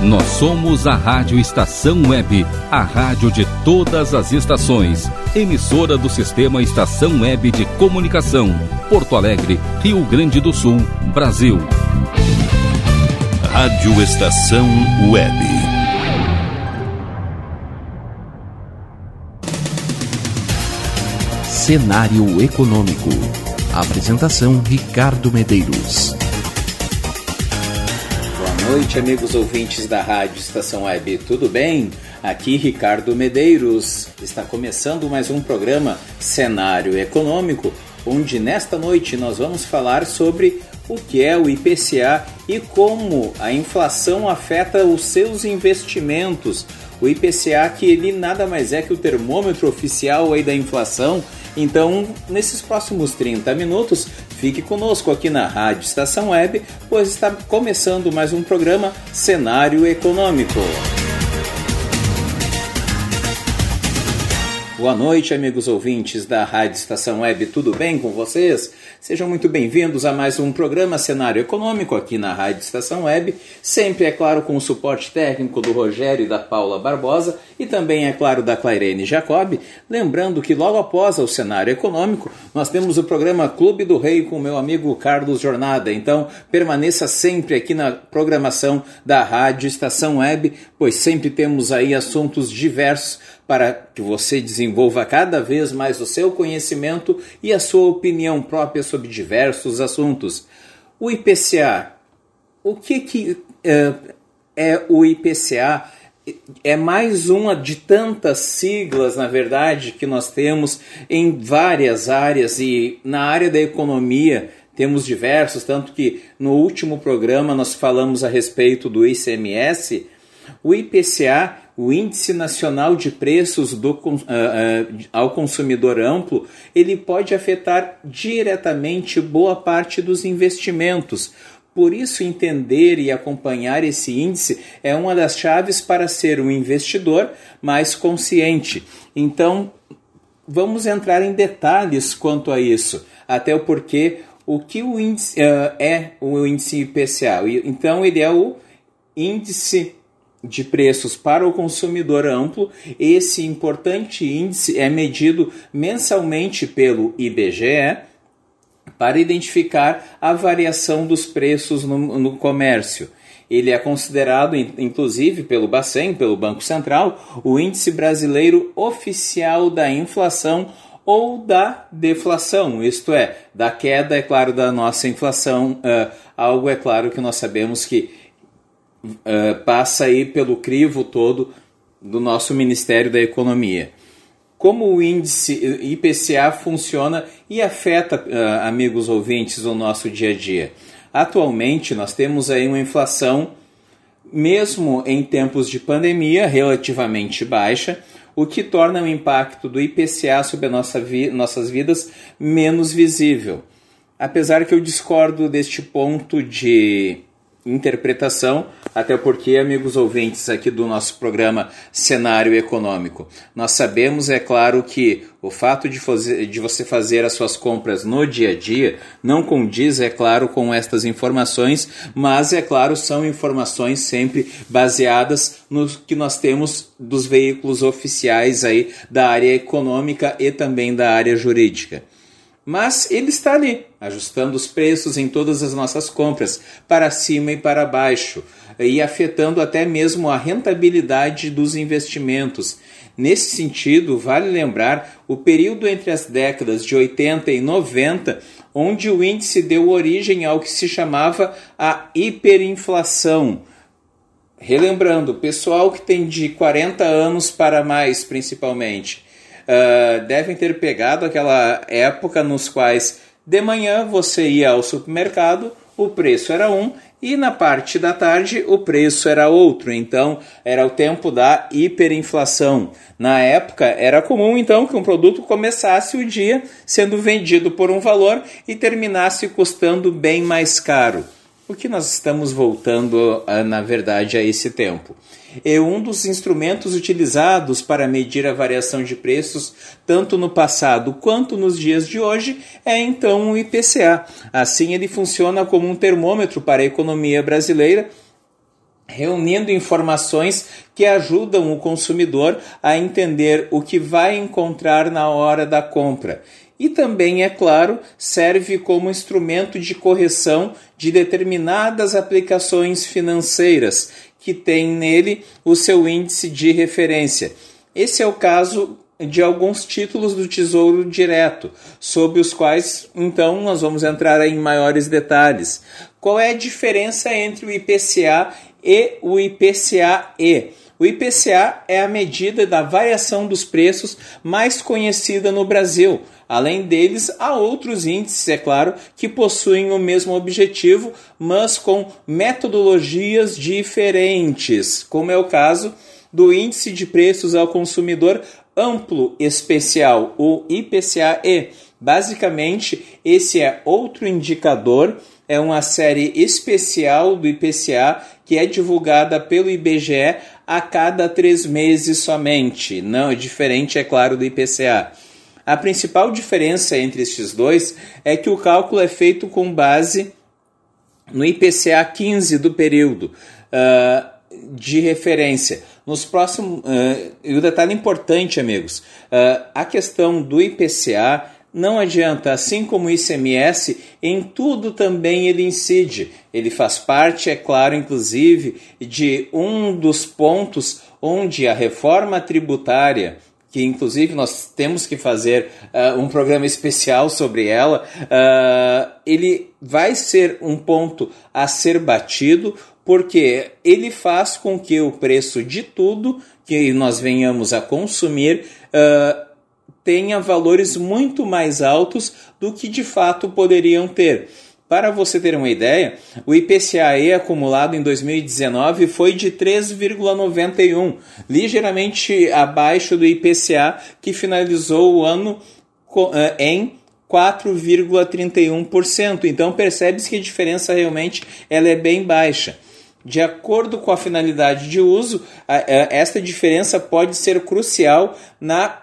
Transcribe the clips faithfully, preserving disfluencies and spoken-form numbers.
Nós somos a Rádio Estação Web, a rádio de todas as estações. Emissora do Sistema Estação Web de Comunicação. Porto Alegre, Rio Grande do Sul, Brasil. Rádio Estação Web. Cenário Econômico. Apresentação Ricardo Medeiros. Boa noite, amigos ouvintes da Rádio Estação Web, tudo bem? Aqui Ricardo Medeiros. Está começando mais um programa Cenário Econômico, onde nesta noite nós vamos falar sobre o que é o I P C A e como a inflação afeta os seus investimentos. O I P C A, que ele nada mais é que o termômetro oficial aí da inflação. Então, nesses próximos trinta minutos, fique conosco aqui na Rádio Estação Web, pois está começando mais um programa Cenário Econômico. Boa noite, amigos ouvintes da Rádio Estação Web, tudo bem com vocês? Sejam muito bem-vindos a mais um programa Cenário Econômico aqui na Rádio Estação Web, sempre, é claro, com o suporte técnico do Rogério e da Paula Barbosa e também, é claro, da Clairene Jacob. Lembrando que logo após o Cenário Econômico, nós temos o programa Clube do Rei com o meu amigo Carlos Jornada. Então, permaneça sempre aqui na programação da Rádio Estação Web, pois sempre temos aí assuntos diversos para que você desenvolva cada vez mais o seu conhecimento e a sua opinião própria sobre diversos assuntos. O I P C A, o que, que é, é o I P C A? É mais uma de tantas siglas, na verdade, que nós temos em várias áreas, e na área da economia temos diversos, tanto que no último programa nós falamos a respeito do I C M S. O I P C A, o Índice Nacional de Preços do, uh, uh, ao Consumidor Amplo, ele pode afetar diretamente boa parte dos investimentos. Por isso, entender e acompanhar esse índice é uma das chaves para ser um investidor mais consciente. Então, vamos entrar em detalhes quanto a isso, até o porquê, o que o índice, uh, é o índice I P C A. Então, ele é o Índice de Preços para o Consumidor Amplo. Esse importante índice é medido mensalmente pelo I B G E para identificar a variação dos preços no, no comércio. Ele é considerado, inclusive, pelo Bacen, pelo Banco Central, o índice brasileiro oficial da inflação ou da deflação, isto é, da queda, é claro, da nossa inflação, uh, algo, é claro, que nós sabemos que Uh, passa aí pelo crivo todo do nosso Ministério da Economia. Como o índice I P C A funciona e afeta, uh, amigos ouvintes, o nosso dia a dia? Atualmente nós temos aí uma inflação, mesmo em tempos de pandemia, relativamente baixa, o que torna o impacto do I P C A sobre a nossa vi- nossas vidas menos visível. Apesar que eu discordo deste ponto de interpretação, até porque, amigos ouvintes aqui do nosso programa Cenário Econômico, nós sabemos, é claro, que o fato de, fazer, de você fazer as suas compras no dia a dia não condiz, é claro, com estas informações, mas, é claro, são informações sempre baseadas no que nós temos dos veículos oficiais aí da área econômica e também da área jurídica. Mas ele está ali, ajustando os preços em todas as nossas compras, para cima e para baixo, e afetando até mesmo a rentabilidade dos investimentos. Nesse sentido, vale lembrar o período entre as décadas de oitenta e noventa, onde o índice deu origem ao que se chamava a hiperinflação. Relembrando, o pessoal que tem de quarenta anos para mais, principalmente, Uh, devem ter pegado aquela época nos quais de manhã você ia ao supermercado, o preço era um, e na parte da tarde o preço era outro. Então era o tempo da hiperinflação. Na época era comum então que um produto começasse o dia sendo vendido por um valor e terminasse custando bem mais caro. O que nós estamos voltando, na verdade, a esse tempo? É um dos instrumentos utilizados para medir a variação de preços, tanto no passado quanto nos dias de hoje, é então o I P C A. Assim, ele funciona como um termômetro para a economia brasileira reunindo informações que ajudam o consumidor a entender o que vai encontrar na hora da compra. E também, é claro, serve como instrumento de correção de determinadas aplicações financeiras que tem nele o seu índice de referência. Esse é o caso de alguns títulos do Tesouro Direto, sobre os quais, então, nós vamos entrar em maiores detalhes. Qual é a diferença entre o I P C A e o I P C A E? O I P C A é a medida da variação dos preços mais conhecida no Brasil. Além deles, há outros índices, é claro, que possuem o mesmo objetivo, mas com metodologias diferentes, como é o caso do Índice de Preços ao Consumidor Amplo Especial, o I P C A E. Basicamente, esse é outro indicador, é uma série especial do I P C A que é divulgada pelo I B G E a cada três meses somente. Não é diferente, é claro, do I P C A. A principal diferença entre estes dois é que o cálculo é feito com base no I P C A quinze do período uh, de referência. Nos próximos, uh, e o detalhe importante, amigos, uh, a questão do I P C A não adianta, assim como o I C M S, em tudo também ele incide. Ele faz parte, é claro, inclusive, de um dos pontos onde a reforma tributária, que inclusive nós temos que fazer uh, um programa especial sobre ela, uh, ele vai ser um ponto a ser batido, porque ele faz com que o preço de tudo que nós venhamos a consumir uh, tenha valores muito mais altos do que de fato poderiam ter. Para você ter uma ideia, o I P C A E acumulado em dois mil e dezenove foi de três vírgula noventa e um, ligeiramente abaixo do I P C A, que finalizou o ano em quatro vírgula trinta e um por cento. Então percebe-se que a diferença realmente ela é bem baixa. De acordo com a finalidade de uso, esta diferença pode ser crucial na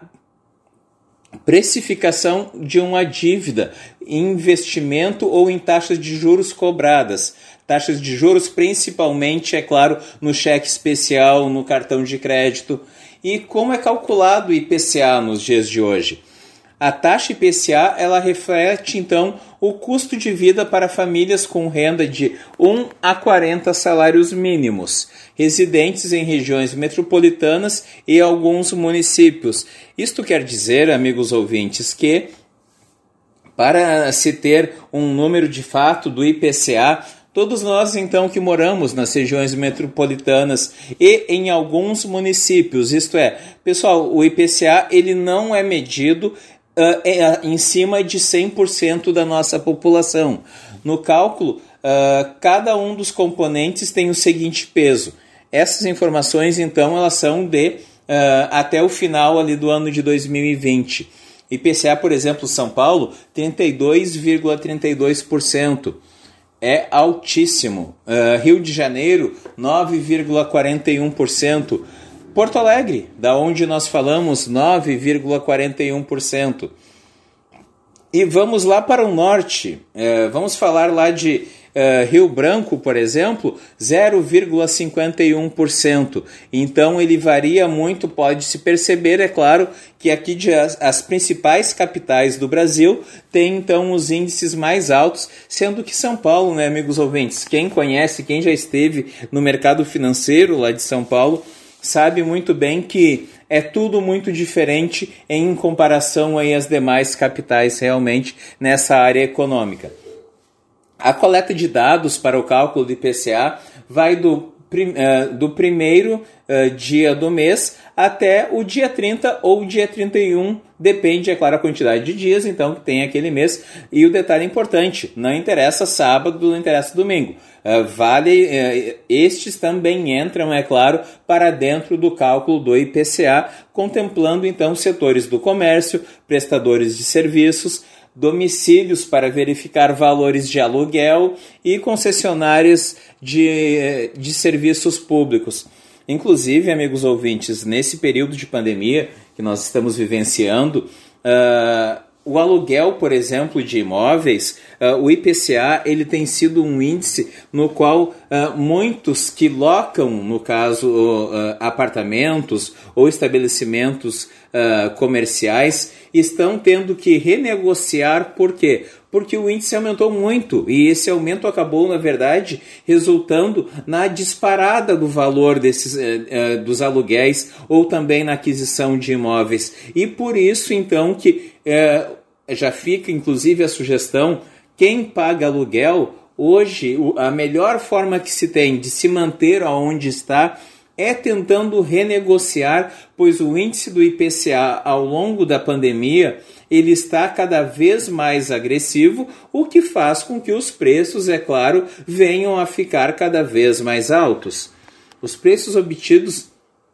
precificação de uma dívida, investimento ou em taxas de juros cobradas. Taxas de juros principalmente, é claro, no cheque especial, no cartão de crédito. E como é calculado o I P C A nos dias de hoje? A taxa I P C A ela reflete, então, o custo de vida para famílias com renda de um a quarenta salários mínimos, residentes em regiões metropolitanas e alguns municípios. Isto quer dizer, amigos ouvintes, que para se ter um número de fato do I P C A, todos nós, então, que moramos nas regiões metropolitanas e em alguns municípios, isto é, pessoal, o I P C A ele não é medido Uh, é, em cima de cem por cento da nossa população. No cálculo, uh, cada um dos componentes tem o seguinte peso. Essas informações, então, elas são de uh, até o final ali do ano de dois mil e vinte. I P C A, por exemplo, São Paulo, trinta e dois vírgula trinta e dois por cento. É altíssimo. Uh, Rio de Janeiro, nove vírgula quarenta e um por cento. Porto Alegre, da onde nós falamos, nove vírgula quarenta e um por cento. E vamos lá para o norte, é, vamos falar lá de é, Rio Branco, por exemplo, zero vírgula cinquenta e um por cento. Então ele varia muito, pode-se perceber, é claro, que aqui de, as, as principais capitais do Brasil têm então os índices mais altos, sendo que São Paulo, né, amigos ouvintes, quem conhece, quem já esteve no mercado financeiro lá de São Paulo, sabe muito bem que é tudo muito diferente em comparação aí às demais capitais realmente nessa área econômica. A coleta de dados para o cálculo do I P C A vai do, uh, do primeiro uh, dia do mês até o dia trinta ou dia trinta e um, depende, é claro, a quantidade de dias então que tem aquele mês. E o detalhe importante, não interessa sábado, não interessa domingo. Uh, vale, uh, estes também entram, é claro, para dentro do cálculo do I P C A, contemplando então setores do comércio, prestadores de serviços, domicílios para verificar valores de aluguel e concessionárias de, de serviços públicos. Inclusive, amigos ouvintes, nesse período de pandemia que nós estamos vivenciando, uh, o aluguel, por exemplo, de imóveis, uh, o I P C A ele tem sido um índice no qual uh, muitos que locam, no caso, uh, apartamentos ou estabelecimentos uh, comerciais, estão tendo que renegociar. Por quê? Porque o índice aumentou muito e esse aumento acabou, na verdade, resultando na disparada do valor desses, uh, uh, dos aluguéis ou também na aquisição de imóveis. E por isso, então, que uh, já fica, inclusive, a sugestão, quem paga aluguel, hoje, a melhor forma que se tem de se manter onde está é tentando renegociar, pois o índice do I P C A ao longo da pandemia ele está cada vez mais agressivo, o que faz com que os preços, é claro, venham a ficar cada vez mais altos. Os preços obtidos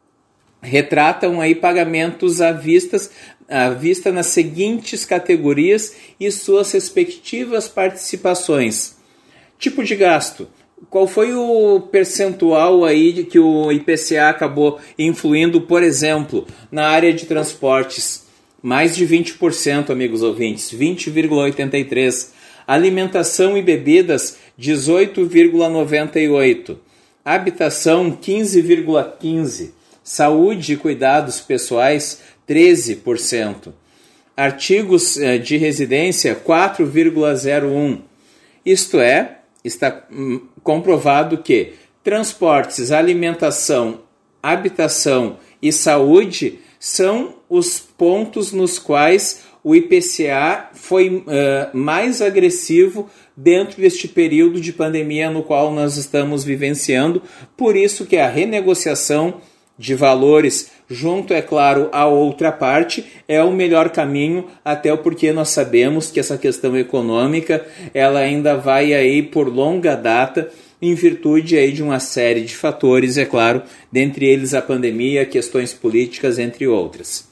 retratam aí pagamentos à vista, à vista nas seguintes categorias e suas respectivas participações. Tipo de gasto. Qual foi o percentual aí de que o I P C A acabou influindo, por exemplo, na área de transportes? Mais de vinte por cento, amigos ouvintes, vinte vírgula oitenta e três por cento. Alimentação e bebidas, dezoito vírgula noventa e oito por cento. Habitação, quinze vírgula quinze por cento. Saúde e cuidados pessoais, treze por cento. Artigos de residência, quatro vírgula zero um por cento. Isto é, está hum, comprovado que transportes, alimentação, habitação e saúde são os pontos nos quais o I P C A foi uh, mais agressivo dentro deste período de pandemia no qual nós estamos vivenciando. Por isso que a renegociação de valores junto, é claro, à outra parte, é o melhor caminho, até porque nós sabemos que essa questão econômica ela ainda vai aí por longa data, em virtude aí de uma série de fatores, é claro, dentre eles a pandemia, questões políticas, entre outras.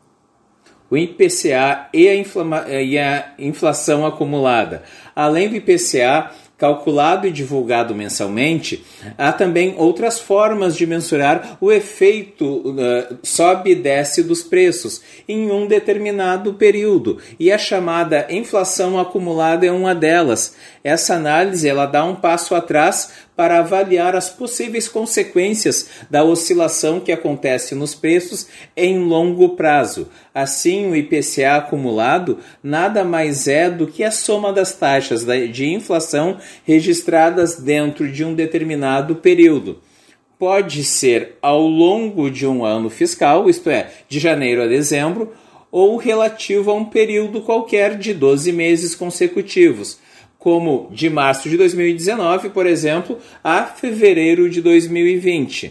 O I P C A e a, inflama- e a inflação acumulada. Além do I P C A, calculado e divulgado mensalmente, há também outras formas de mensurar o efeito uh, sobe e desce dos preços em um determinado período, e a chamada inflação acumulada é uma delas. Essa análise ela dá um passo atrás para avaliar as possíveis consequências da oscilação que acontece nos preços em longo prazo. Assim, o I P C A acumulado nada mais é do que a soma das taxas de inflação registradas dentro de um determinado período. Pode ser ao longo de um ano fiscal, isto é, de janeiro a dezembro, ou relativo a um período qualquer de doze meses consecutivos, como de março de dois mil e dezenove, por exemplo, a fevereiro de dois mil e vinte.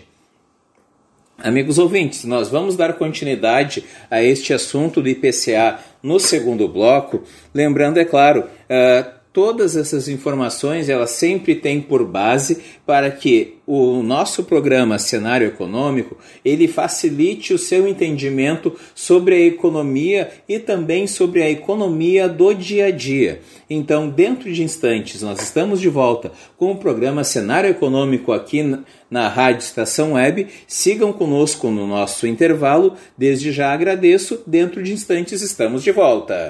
Amigos ouvintes, nós vamos dar continuidade a este assunto do I P C A no segundo bloco, lembrando, é claro, uh, todas essas informações elas sempre têm por base para que o nosso programa Cenário Econômico ele facilite o seu entendimento sobre a economia e também sobre a economia do dia a dia. Então, dentro de instantes, nós estamos de volta com o programa Cenário Econômico aqui na Rádio Estação Web. Sigam conosco no nosso intervalo. Desde já agradeço. Dentro de instantes estamos de volta.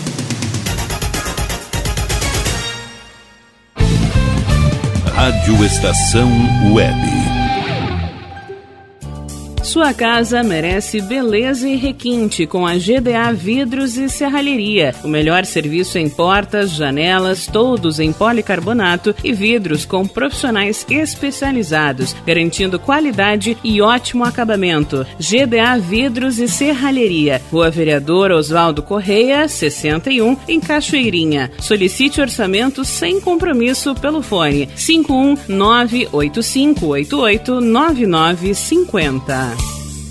Rádio Estação Web. Sua casa merece beleza e requinte com a G D A Vidros e Serralheria. O melhor serviço em portas, janelas, todos em policarbonato e vidros com profissionais especializados, garantindo qualidade e ótimo acabamento. G D A Vidros e Serralheria. Rua Vereador Oswaldo Correia, sessenta e um, em Cachoeirinha. Solicite orçamento sem compromisso pelo fone cinco um nove oito cinco oito oito nove nove cinco zero.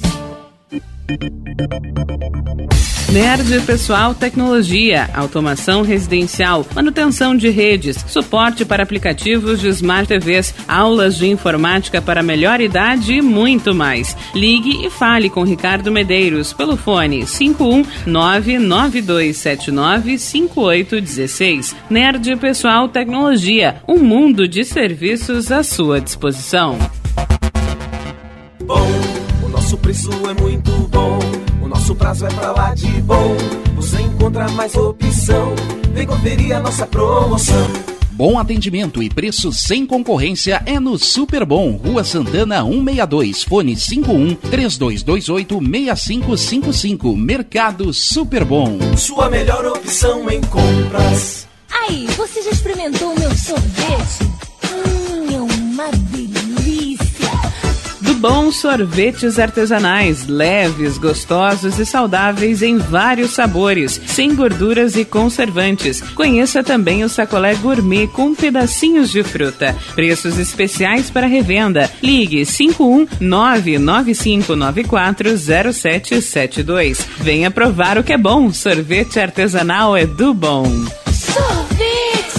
Nerd Pessoal Tecnologia, automação residencial, manutenção de redes, suporte para aplicativos de Smart T Vs, aulas de informática para melhor idade e muito mais. Ligue e fale com Ricardo Medeiros pelo fone cinco um nove nove dois sete nove cinco oito um seis. Nerd Pessoal Tecnologia, um mundo de serviços à sua disposição. Bom, o nosso preço é muito bom. nosso prazo é pra lá de bom. Você encontra mais opção. Vem conferir a nossa promoção. Bom atendimento e preço sem concorrência é no Super Bom, Rua Santana cento e sessenta e dois, fone cinco um, três dois dois oito, seis cinco cinco cinco, Mercado Super Bom. Sua melhor opção em compras. Aí, você já experimentou o meu sorvete? Hum, é uma delícia. Do Bom Sorvetes Artesanais, leves, gostosos e saudáveis em vários sabores, sem gorduras e conservantes. Conheça também o sacolé gourmet com pedacinhos de fruta. Preços especiais para revenda. Ligue cinco um nove nove cinco nove quatro zero sete sete dois. Venha provar o que é bom. Sorvete artesanal é do Bom. Sorvete!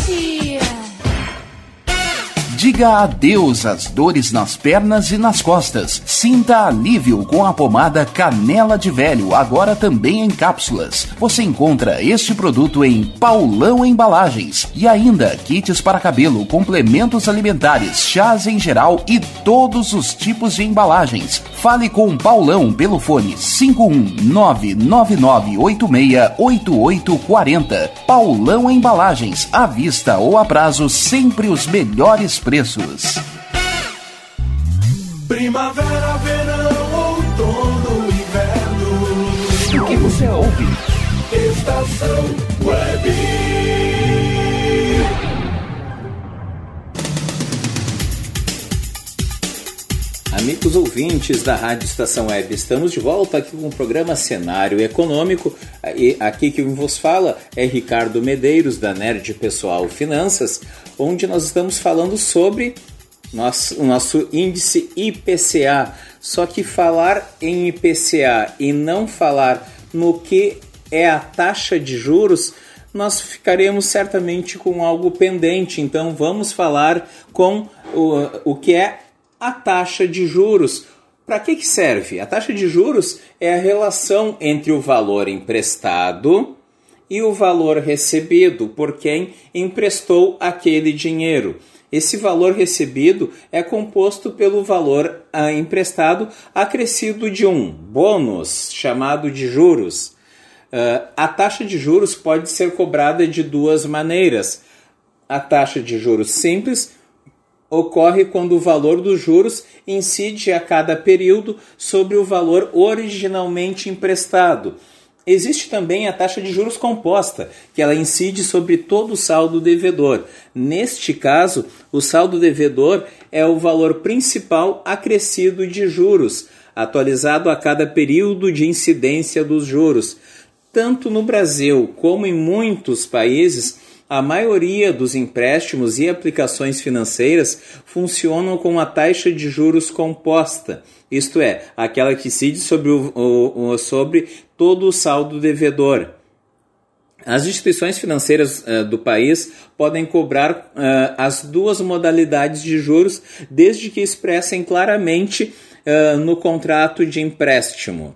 Diga adeus às dores nas pernas e nas costas. Sinta alívio com a pomada Canela de Velho, agora também em cápsulas. Você encontra este produto em Paulão Embalagens. E ainda kits para cabelo, complementos alimentares, chás em geral e todos os tipos de embalagens. Fale com Paulão pelo fone cinco um nove nove nove oito seis oito oito quatro zero. Paulão Embalagens, à vista ou a prazo, sempre os melhores preços. Preços. Primavera, verão, outono, inverno. O que você ouve? Estação Web. Amigos ouvintes da Rádio Estação Web, estamos de volta aqui com o programa Cenário Econômico. E aqui quem vos fala é Ricardo Medeiros, da Nerd Pessoal Finanças, onde nós estamos falando sobre nosso, o nosso índice I P C A. Só que falar em I P C A e não falar no que é a taxa de juros, nós ficaremos certamente com algo pendente. Então vamos falar com o, o que é a taxa de juros. Para que que serve? A taxa de juros é a relação entre o valor emprestado e o valor recebido por quem emprestou aquele dinheiro. Esse valor recebido é composto pelo valor ah, emprestado acrescido de um bônus, chamado de juros. Uh, a taxa de juros pode ser cobrada de duas maneiras. A taxa de juros simples ocorre quando o valor dos juros incide a cada período sobre o valor originalmente emprestado. Existe também a taxa de juros composta, que ela incide sobre todo o saldo devedor. Neste caso, o saldo devedor é o valor principal acrescido de juros, atualizado a cada período de incidência dos juros. Tanto no Brasil como em muitos países, a maioria dos empréstimos e aplicações financeiras funcionam com a taxa de juros composta, isto é, aquela que incide sobre, o, o, o, sobre todo o saldo devedor. As instituições financeiras uh, do país podem cobrar uh, as duas modalidades de juros, desde que expressem claramente uh, no contrato de empréstimo.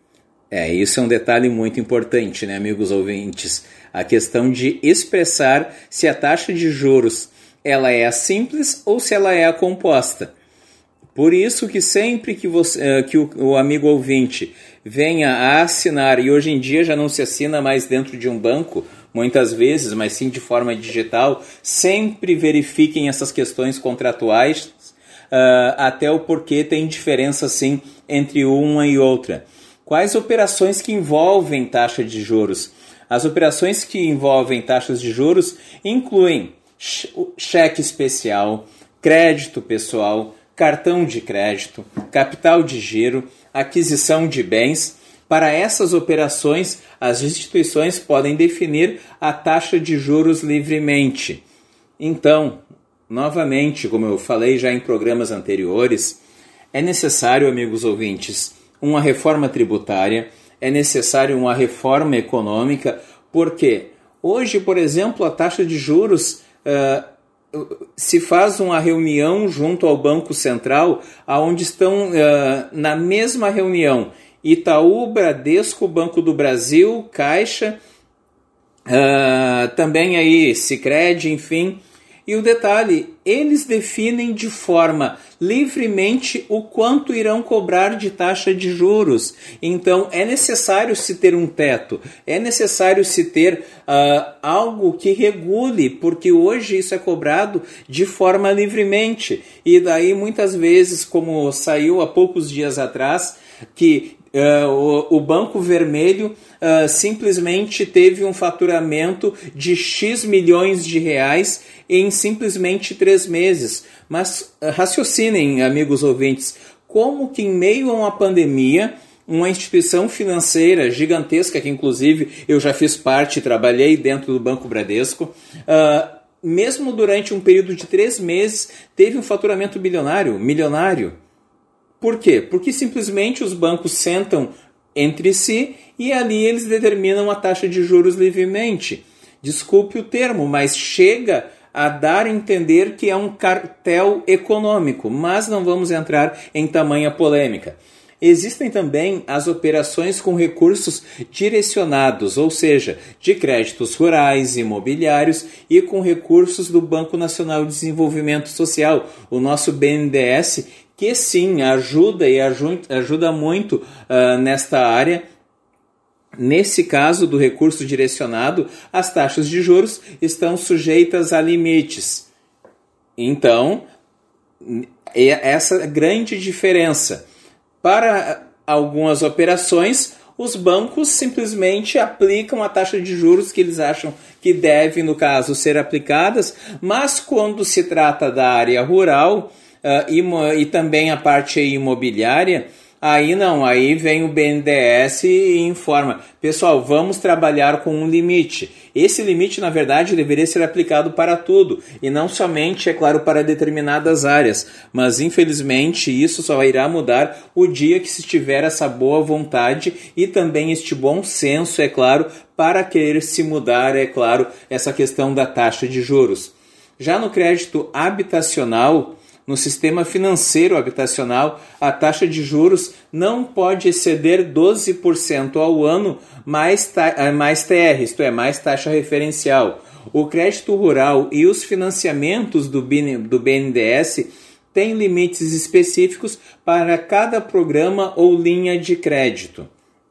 É, isso é um detalhe muito importante, né, amigos ouvintes? A questão de expressar se a taxa de juros ela é a simples ou se ela é a composta. Por isso que sempre que, você, que o, o amigo ouvinte venha a assinar, e hoje em dia já não se assina mais dentro de um banco, muitas vezes, mas sim de forma digital, sempre verifiquem essas questões contratuais, uh, até o porquê tem diferença sim entre uma e outra. Quais operações que envolvem taxa de juros? As operações que envolvem taxas de juros incluem cheque especial, crédito pessoal, cartão de crédito, capital de giro, aquisição de bens. Para essas operações, as instituições podem definir a taxa de juros livremente. Então, novamente, como eu falei já em programas anteriores, é necessário, amigos ouvintes, uma reforma tributária, é necessário uma reforma econômica, porque hoje, por exemplo, a taxa de juros, uh, se faz uma reunião junto ao Banco Central, onde estão uh, na mesma reunião Itaú, Bradesco, Banco do Brasil, Caixa, uh, também aí Sicredi, enfim, E o detalhe, eles definem de forma livremente o quanto irão cobrar de taxa de juros. Então é necessário se ter um teto, é necessário se ter uh, algo que regule, porque hoje isso é cobrado de forma livremente. E daí muitas vezes, como saiu há poucos dias atrás, que uh, o, o Banco Vermelho uh, simplesmente teve um faturamento de X milhões de reais em simplesmente três meses. Mas uh, raciocinem, amigos ouvintes, como que em meio a uma pandemia, uma instituição financeira gigantesca, que inclusive eu já fiz parte, trabalhei dentro do Banco Bradesco, uh, mesmo durante um período de três meses, teve um faturamento bilionário, milionário. Por quê? Porque simplesmente os bancos sentam entre si e ali eles determinam a taxa de juros livremente. Desculpe o termo, mas chega a dar a entender que é um cartel econômico, mas não vamos entrar em tamanha polêmica. Existem também as operações com recursos direcionados, ou seja, de créditos rurais, imobiliários e com recursos do Banco Nacional de Desenvolvimento Social, o nosso B N D E S, que sim, ajuda e ajuda muito uh, nesta área. Nesse caso do recurso direcionado, as taxas de juros estão sujeitas a limites. Então, é essa grande diferença. Para algumas operações, os bancos simplesmente aplicam a taxa de juros que eles acham que deve, no caso, ser aplicadas, mas quando se trata da área rural uh, e, e também a parte imobiliária, aí não, aí vem o B N D E S e informa, pessoal, vamos trabalhar com um limite. Esse limite, na verdade, deveria ser aplicado para tudo, e não somente, é claro, para determinadas áreas, mas infelizmente isso só irá mudar o dia que se tiver essa boa vontade e também este bom senso, é claro, para querer se mudar, é claro, essa questão da taxa de juros. Já no crédito habitacional, no sistema financeiro habitacional, a taxa de juros não pode exceder doze por cento ao ano mais, ta- mais T R, isto é, mais taxa referencial. O crédito rural e os financiamentos do B N D E S têm limites específicos para cada programa ou linha de crédito.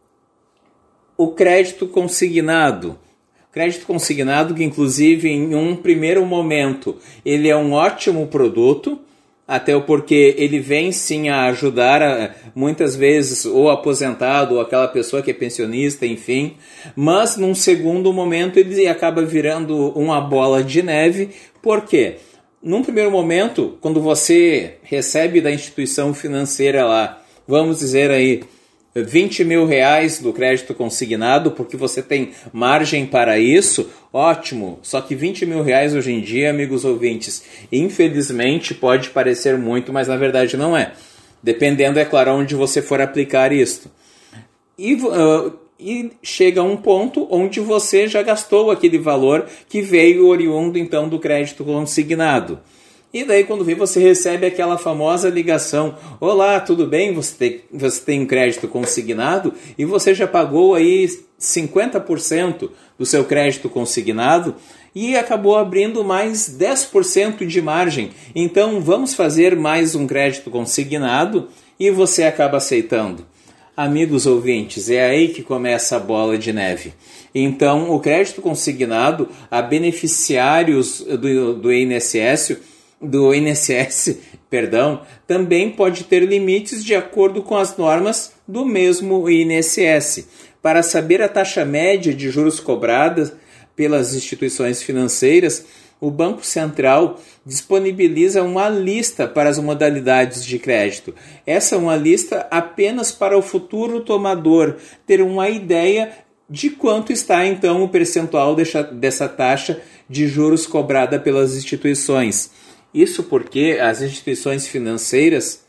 O crédito consignado. Crédito consignado, que inclusive em um primeiro momento ele é um ótimo produto, até porque ele vem sim a ajudar a, muitas vezes o aposentado ou aquela pessoa que é pensionista, enfim, mas num segundo momento ele acaba virando uma bola de neve. Por quê? Num primeiro momento, quando você recebe da instituição financeira lá, vamos dizer aí, vinte mil reais do crédito consignado, porque você tem margem para isso, ótimo. Só que vinte mil reais hoje em dia, amigos ouvintes, infelizmente pode parecer muito, mas na verdade não é. Dependendo, é claro, onde você for aplicar isto. E, uh, e chega a um ponto onde você já gastou aquele valor que veio oriundo então do crédito consignado. E daí quando vê, você recebe aquela famosa ligação: olá, tudo bem? Você tem, você tem um crédito consignado e você já pagou aí cinquenta por cento do seu crédito consignado e acabou abrindo mais dez por cento de margem. Então vamos fazer mais um crédito consignado, e você acaba aceitando. Amigos ouvintes, é aí que começa a bola de neve. Então o crédito consignado a beneficiários do, do I N S S do I N S S, perdão, também pode ter limites de acordo com as normas do mesmo I N S S. Para saber a taxa média de juros cobradas pelas instituições financeiras, o Banco Central disponibiliza uma lista para as modalidades de crédito. Essa é uma lista apenas para o futuro tomador ter uma ideia de quanto está então o percentual dessa taxa de juros cobrada pelas instituições. Isso porque as instituições financeiras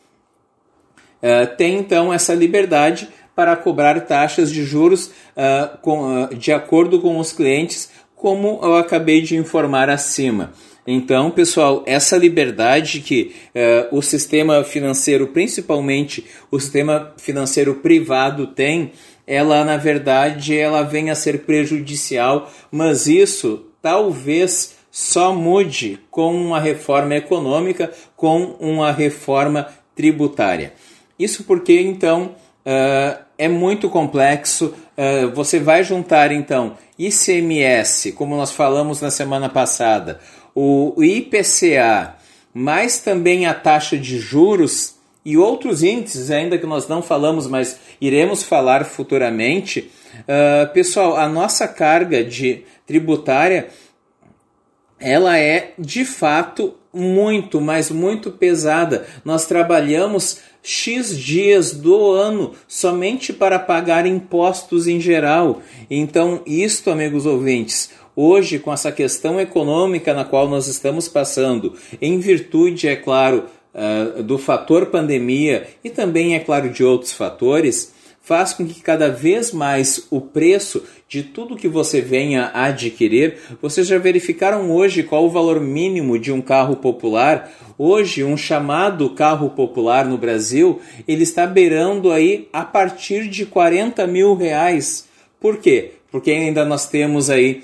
uh, têm, então, essa liberdade para cobrar taxas de juros uh, com, uh, de acordo com os clientes, como eu acabei de informar acima. Então, pessoal, essa liberdade que uh, o sistema financeiro, principalmente o sistema financeiro privado, tem, ela, na verdade, ela vem a ser prejudicial, mas isso talvez só mude com uma reforma econômica, com uma reforma tributária. Isso porque, então, uh, é muito complexo. Uh, você vai juntar, então, I C M S, como nós falamos na semana passada, o I P C A, mais também a taxa de juros e outros índices, ainda que nós não falamos, mas iremos falar futuramente. Uh, pessoal, a nossa carga de tributária, ela é de fato muito, mas muito pesada. Nós trabalhamos X dias do ano somente para pagar impostos em geral. Então, isto, amigos ouvintes, hoje, com essa questão econômica na qual nós estamos passando, em virtude, é claro, uh, do fator pandemia e também, é claro, de outros fatores, faz com que cada vez mais o preço de tudo que você venha a adquirir, vocês já verificaram hoje qual o valor mínimo de um carro popular? Hoje, um chamado carro popular no Brasil, ele está beirando aí a partir de quarenta mil reais. Por quê? Porque ainda nós temos aí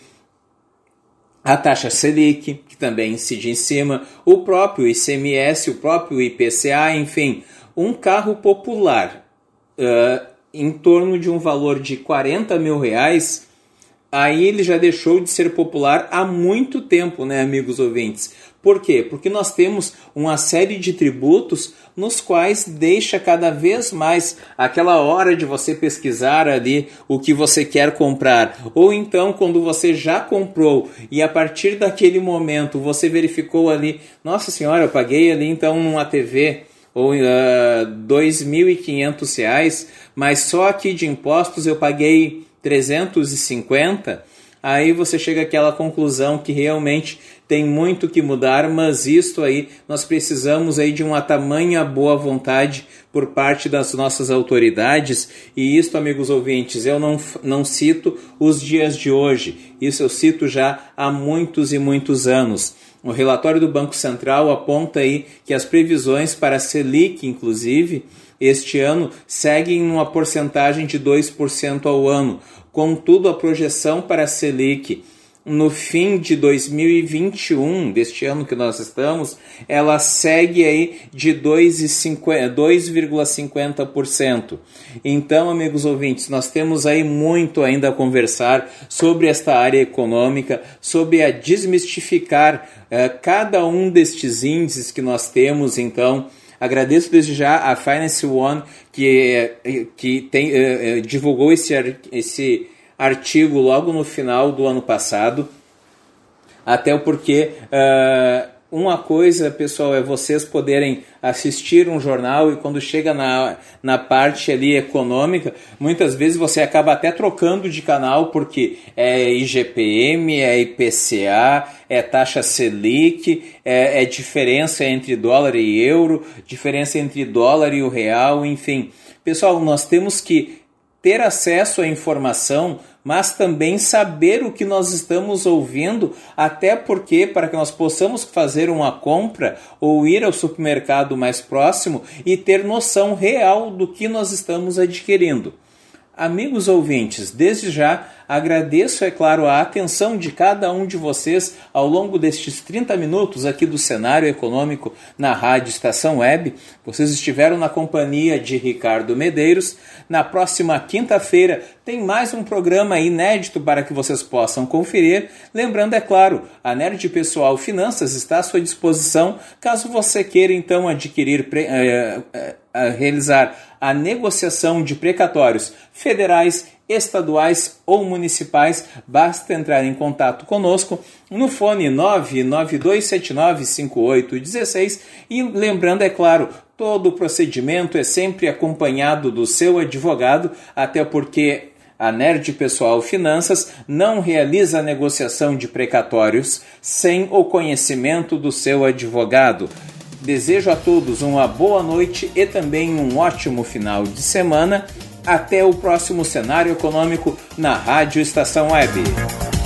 a taxa Selic, que também incide em cima, o próprio I C M S, o próprio I P C A, enfim, um carro popular uh, em torno de um valor de quarenta mil reais, aí ele já deixou de ser popular há muito tempo, né, amigos ouvintes? Por quê? Porque nós temos uma série de tributos nos quais deixa cada vez mais aquela hora de você pesquisar ali o que você quer comprar. Ou então, quando você já comprou e a partir daquele momento você verificou ali, nossa senhora, eu paguei ali então numa T V ou uh, dois mil e quinhentos reais, mas só aqui de impostos eu paguei trezentos e cinquenta, aí você chega àquela conclusão que realmente tem muito que mudar, mas isto aí nós precisamos aí de uma tamanha boa vontade por parte das nossas autoridades, e isto, amigos ouvintes, eu não, não cito os dias de hoje, isso eu cito já há muitos e muitos anos. O relatório do Banco Central aponta aí que as previsões para a Selic, inclusive, este ano, seguem uma porcentagem de dois por cento ao ano. Contudo, a projeção para a Selic no fim de dois mil e vinte e um, deste ano que nós estamos, ela segue aí de dois vírgula cinquenta por cento. Então, amigos ouvintes, nós temos aí muito ainda a conversar sobre esta área econômica, sobre a desmistificar uh, cada um destes índices que nós temos. Então, agradeço desde já a Finance One que, que tem, uh, uh, divulgou esse, esse artigo logo no final do ano passado, até porque uh, uma coisa, pessoal, é vocês poderem assistir um jornal e quando chega na, na parte ali econômica, muitas vezes você acaba até trocando de canal porque é I G P M, é I P C A, é taxa Selic, é, é diferença entre dólar e euro, diferença entre dólar e o real, enfim. Pessoal, nós temos que ter acesso à informação, mas também saber o que nós estamos ouvindo, até porque para que nós possamos fazer uma compra ou ir ao supermercado mais próximo e ter noção real do que nós estamos adquirindo. Amigos ouvintes, desde já agradeço, é claro, a atenção de cada um de vocês ao longo destes trinta minutos aqui do cenário econômico na Rádio Estação Web. Vocês estiveram na companhia de Ricardo Medeiros. Na próxima quinta-feira tem mais um programa inédito para que vocês possam conferir. Lembrando, é claro, a Nerd Pessoal Finanças está à sua disposição caso você queira então adquirir, pre, uh, uh, uh, realizar a negociação de precatórios federais, estaduais ou municipais. Basta entrar em contato conosco no fone nove nove dois sete nove cinco oito um seis e lembrando, é claro, todo o procedimento é sempre acompanhado do seu advogado, até porque a Nerd Pessoal Finanças não realiza a negociação de precatórios sem o conhecimento do seu advogado. Desejo a todos uma boa noite e também um ótimo final de semana. Até o próximo cenário econômico na Rádio Estação Web.